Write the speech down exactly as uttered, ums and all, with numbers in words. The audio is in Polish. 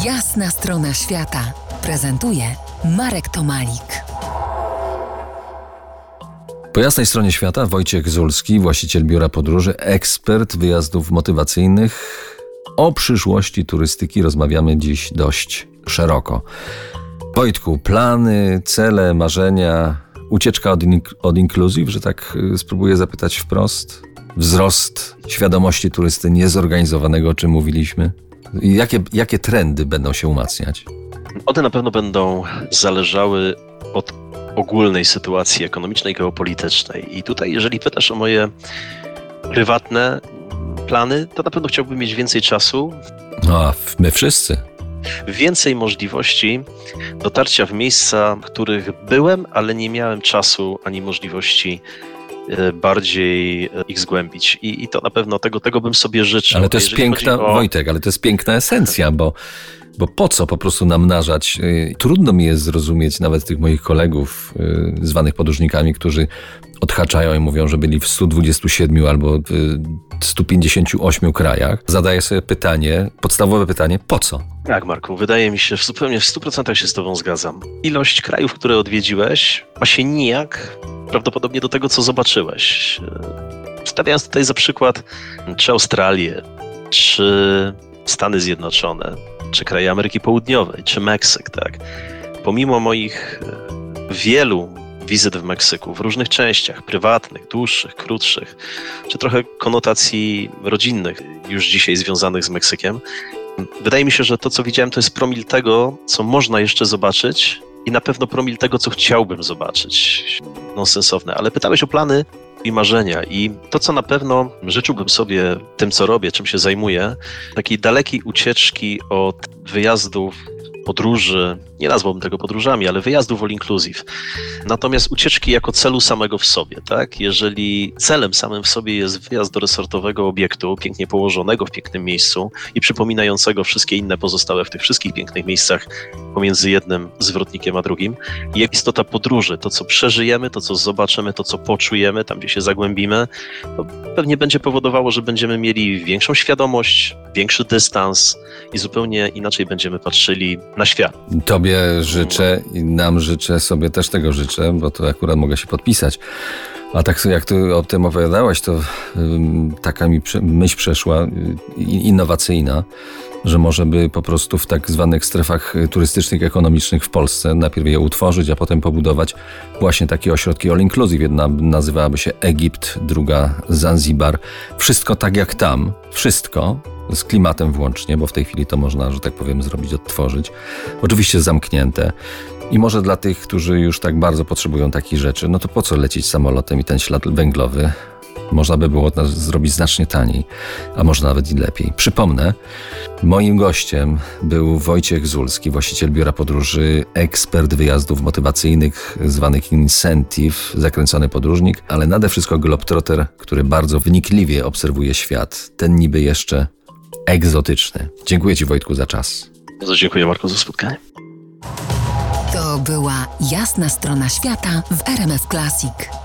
Jasna strona świata prezentuje Marek Tomalik. Po jasnej stronie świata Wojciech Zulski, właściciel biura podróży, ekspert wyjazdów motywacyjnych. O przyszłości turystyki rozmawiamy dziś dość szeroko. Wojtku, plany, cele, marzenia, ucieczka od, in- od inclusive, że tak y, spróbuję zapytać wprost. Wzrost świadomości turysty niezorganizowanego, o czym mówiliśmy. I jakie, jakie trendy będą się umacniać? One na pewno będą zależały od ogólnej sytuacji ekonomicznej, geopolitycznej. I tutaj, jeżeli pytasz o moje prywatne plany, to na pewno chciałbym mieć więcej czasu. No, a my wszyscy. Więcej możliwości dotarcia w miejsca, w których byłem, ale nie miałem czasu ani możliwości bardziej ich zgłębić. I, i to na pewno tego, tego bym sobie życzył. Ale to jest Jeżeli piękna, o... Wojtek, ale to jest piękna esencja, bo, bo po co po prostu namnażać? Yy, trudno mi jest zrozumieć nawet tych moich kolegów yy, zwanych podróżnikami, którzy odhaczają i mówią, że byli w stu dwudziestu siedmiu albo w stu pięćdziesięciu ośmiu krajach. Zadaję sobie pytanie, podstawowe pytanie, po co? Tak, Marku, wydaje mi się, że zupełnie w stu procentach się z tobą zgadzam. Ilość krajów, które odwiedziłeś, ma się nijak prawdopodobnie do tego, co zobaczyłeś. Stawiając tutaj za przykład czy Australię, czy Stany Zjednoczone, czy kraje Ameryki Południowej, czy Meksyk, tak. Pomimo moich wielu wizyt w Meksyku, w różnych częściach, prywatnych, dłuższych, krótszych, czy trochę konotacji rodzinnych już dzisiaj związanych z Meksykiem, wydaje mi się, że to, co widziałem, to jest promil tego, co można jeszcze zobaczyć i na pewno promil tego, co chciałbym zobaczyć. Nonsensowne, ale pytałeś o plany i marzenia i to, co na pewno życzyłbym sobie tym, co robię, czym się zajmuję, takiej dalekiej ucieczki od wyjazdów, podróży, nie nazwałbym tego podróżami, ale wyjazdów all inclusive. Natomiast ucieczki jako celu samego w sobie, tak? Jeżeli celem samym w sobie jest wyjazd do resortowego obiektu, pięknie położonego w pięknym miejscu i przypominającego wszystkie inne pozostałe w tych wszystkich pięknych miejscach pomiędzy jednym zwrotnikiem a drugim. I jak istota podróży, to co przeżyjemy, to co zobaczymy, to co poczujemy, tam gdzie się zagłębimy, to pewnie będzie powodowało, że będziemy mieli większą świadomość, większy dystans i zupełnie inaczej będziemy patrzyli na świat. Tobie życzę i nam życzę, sobie też tego życzę, bo to akurat mogę się podpisać. A tak jak ty o tym opowiadałeś, to ym, taka mi prze, myśl przeszła y, innowacyjna, że może by po prostu w tak zwanych strefach turystycznych, ekonomicznych w Polsce najpierw je utworzyć, a potem pobudować właśnie takie ośrodki all inclusive. Jedna nazywałaby się Egipt, druga Zanzibar. Wszystko tak jak tam, wszystko z klimatem włącznie, bo w tej chwili to można, że tak powiem, zrobić, odtworzyć. Oczywiście zamknięte. I może dla tych, którzy już tak bardzo potrzebują takich rzeczy, no to po co lecieć samolotem i ten ślad węglowy? Można by było to zrobić znacznie taniej, a może nawet i lepiej. Przypomnę, moim gościem był Wojciech Zulski, właściciel biura podróży, ekspert wyjazdów motywacyjnych, zwanych incentive, zakręcony podróżnik, ale nade wszystko globetrotter, który bardzo wnikliwie obserwuje świat, ten niby jeszcze egzotyczny. Dziękuję Ci, Wojtku, za czas. Bardzo dziękuję, Marku, za spotkanie. To była Jasna strona świata w R M F Classic.